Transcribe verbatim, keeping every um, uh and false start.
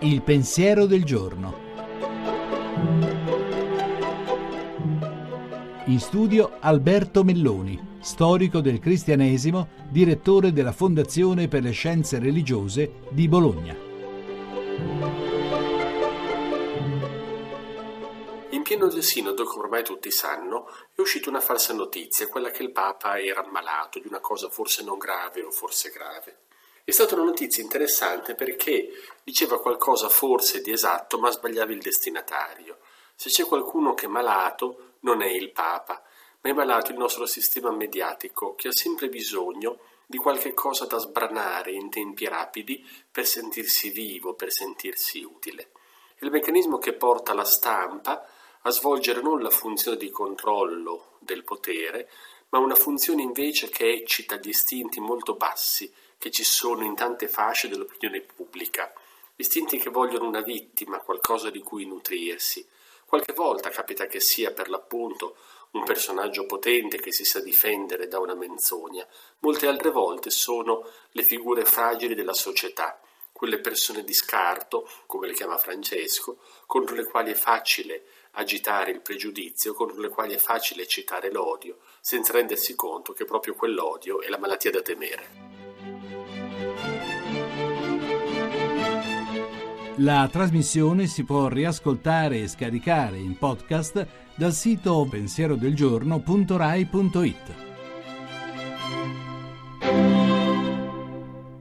Il pensiero del giorno. In studio Alberto Melloni, storico del cristianesimo, direttore della Fondazione per le Scienze Religiose di Bologna. In pieno del sinodo, come ormai tutti sanno, è uscita una falsa notizia, quella che il Papa era ammalato di una cosa forse non grave o forse grave. È stata una notizia interessante perché diceva qualcosa forse di esatto, ma sbagliava il destinatario. Se c'è qualcuno che è malato, non è il Papa, ma è malato il nostro sistema mediatico, che ha sempre bisogno di qualche cosa da sbranare in tempi rapidi per sentirsi vivo, per sentirsi utile. È il meccanismo che porta la stampa a svolgere non la funzione di controllo del potere, ma una funzione invece che eccita gli istinti molto bassi che ci sono in tante fasce dell'opinione pubblica, istinti che vogliono una vittima, qualcosa di cui nutrirsi. Qualche volta capita che sia per l'appunto un personaggio potente che si sa difendere da una menzogna, molte altre volte sono le figure fragili della società, quelle persone di scarto, come le chiama Francesco, contro le quali è facile agitare il pregiudizio, contro le quali è facile eccitare l'odio, senza rendersi conto che proprio quell'odio è la malattia da temere. La trasmissione si può riascoltare e scaricare in podcast dal sito pensierodelgiorno punto rai punto it.